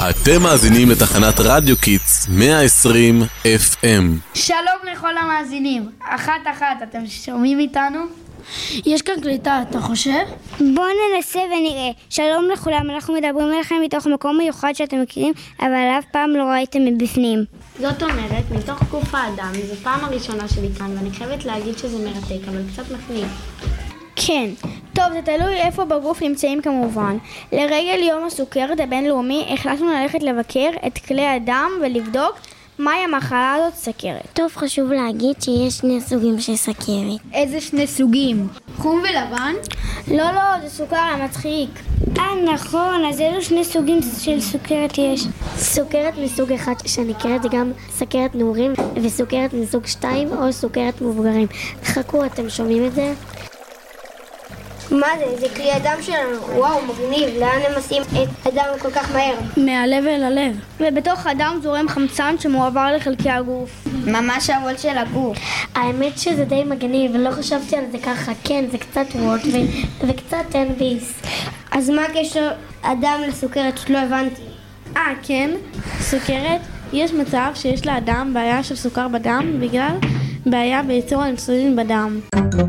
אתם מאזינים לתחנת רדיו קיטס 120 FM. שלום לכל המאזינים. אחת, אתם שומעים איתנו? יש כאן קליטה, אתה חושב? בואו ננסה ונראה. שלום לכולם, אנחנו מדברים עליכם מתוך מקום מיוחד שאתם מכירים, אבל אף פעם לא ראיתם מבפנים. זאת אומרת, מתוך גוף האדם, זו פעם הראשונה שלי כאן, ואני חייבת להגיד שזה מרתק, אבל קצת מכניס. כן, טוב, זה תלוי איפה בגוף נמצאים כמובן. לרגל יום הסוכרת הבינלאומי החלטנו ללכת לבקר את כלי הדם ולבדוק מהי המחלה הזאת סכרת. טוב, חשוב להגיד שיש שני סוגים של סכרת. איזה שני סוגים? חום ולבן? לא, זה סוכר המצחיק. נכון, אז אלו שני סוגים של סוכרת יש. סוכרת מסוג אחד שנקראת גם סכרת נעורים, וסוכרת מסוג 2 או סוכרת מבוגרים. חכו, אתם שומעים את זה? מה זה? זה כלי הדם שלנו. וואו, מגניב. לאן הם עושים את הדם כל כך מהר? מהלב אל הלב. ובתוך הדם זורם חמצן שמועבר לחלקי הגוף. ממש הוול של הגוף. האמת שזה די מגניב, ולא חשבתי על זה ככה. כן, זה קצת וולט וקצת אין ביס. אז מה הקשר הדם לסוכרת? לא הבנתי. כן. סוכרת, יש מצב שיש לאדם בעיה של סוכר בדם בגלל בעיה בייצור האינסולין בדם.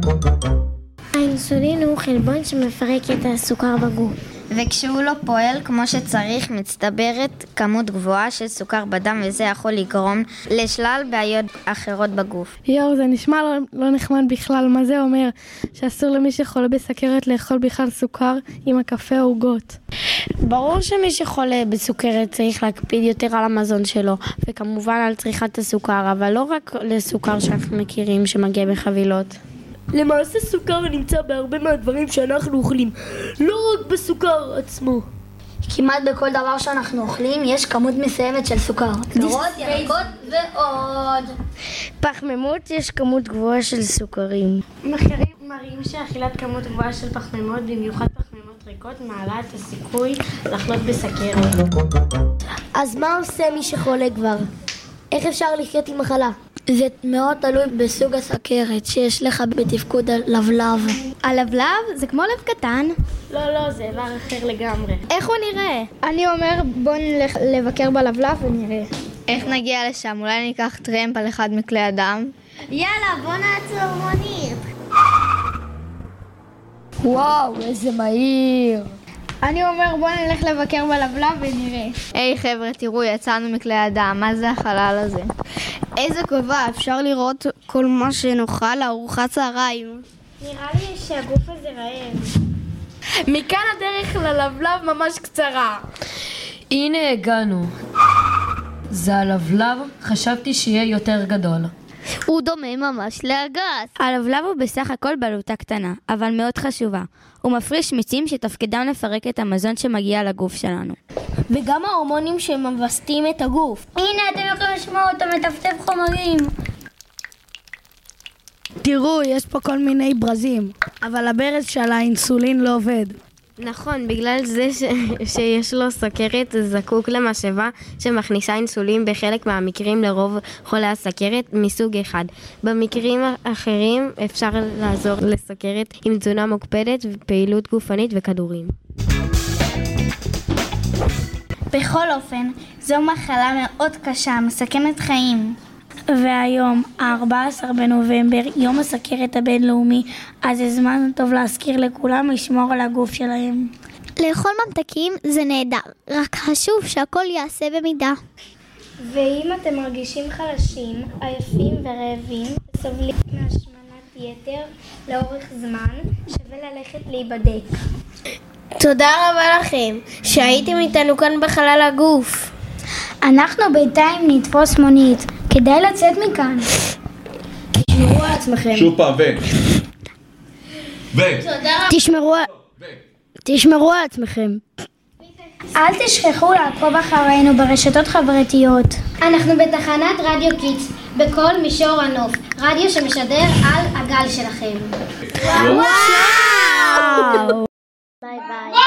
האינסולין הוא חלבון שמפרק את הסוכר בגוף. וכשהוא לא פועל כמו שצריך, מצטברת כמות גבוהה של סוכר בדם, וזה יכול לגרום לשלל בעיות אחרות בגוף. זה נשמע לא נחמד בכלל. מה זה אומר? שאסור למי שחולה בסוכרת לאכול בכלל סוכר עם הקפה או עוגות. ברור שמי שחולה בסוכרת צריך להקפיד יותר על המזון שלו, וכמובן על צריכת הסוכר, אבל לא רק לסוכר שאנחנו מכירים שמגיע בחבילות. למעשה סוכר נמצא בהרבה מהדברים שאנחנו אוכלים, לא רק בסוכר עצמו. כמעט בכל דבר שאנחנו אוכלים יש כמות מסוימת של סוכר. פירות, ירקות ועוד. פחמימות יש כמות גבוהה של סוכרים. מחקרים מראים שאכילת כמות גבוהה של פחמימות, במיוחד פחמימות ריקות, מעלה את הסיכוי לחלות בסוכרת. אז מה עושה מי שחולה כבר? איך אפשר לחיות עם מחלה? זה מאוד תלוי בסוג הסוכרת שיש לך בתפקוד הלבלב. הלבלב זה כמו לב קטן. לא, זה איבר אחר לגמרי. איך הוא נראה? אני אומר בוא נלך לבקר בלבלב ונראה. איך נגיע לשם? אולי ניקח טרמפ על אחד מכלי הדם? יאללה, בוא נעצור מונית. וואו, איזה מהיר. אני אומר בוא נלך לבקר בלבלב ונראה. היי חבר'ה, תראו, יצאנו מכלי הדם. מה זה החלל הזה? איזה כובע, אפשר לראות כל מה שנאכל לארוחת צהריים. נראה לי שהגוף הזה רעב. מכאן הדרך ללבלב ממש קצרה. הנה הגענו. זה הלבלב, חשבתי שיהיה יותר גדול. הוא דומה ממש לאגס. הלבלב הוא בסך הכל בלוטה קטנה, אבל מאוד חשובה. הוא מפריש מיצים שתפקידם לפרק את המזון שמגיע לגוף שלנו. וגם ההורמונים שמווסתים את הגוף. הנה, אתם יכולים לשמוע אותו מטפטף חומרים. תראו, יש פה כל מיני ברזים, אבל הברז של האינסולין לא עובד. נכון, בגלל זה שיש לו סוכרת, זה זקוק למשאבה שמכניסה אינסולין בחלק מהמקרים לרוב חולי הסוכרת מסוג אחד. במקרים אחרים אפשר לעזור לסוכרת עם תזונה מוקפדת ופעילות גופנית וכדורים. בכל אופן, זו מחלה מאוד קשה, מסכנת חיים. והיום, ה-14 בנובמבר, יום הסוכרת הבינלאומי, אז זה זמן טוב להזכיר לכולם לשמור על הגוף שלהם. לאכול ממתקים זה נהדר, רק חשוב שהכל יעשה במידה. ואם אתם מרגישים חלשים, עייפים ורעבים, סובלים מהשמנת יתר לאורך זמן, שווה ללכת להיבדק. תודה רבה לכם שהייתם איתנו כאן בחלל הגוף. אנחנו בינתיים נתפוס מונית, כדאי לצאת מכאן. תשמרו על עצמכם. שוב פעם, תשמרו על עצמכם. אל תשכחו לעקוב אחרינו ברשתות חברתיות. אנחנו בתחנת רדיו קיטס, בכל מישור הנוף, רדיו שמשדר על הגל שלכם. וואו! ביי ביי.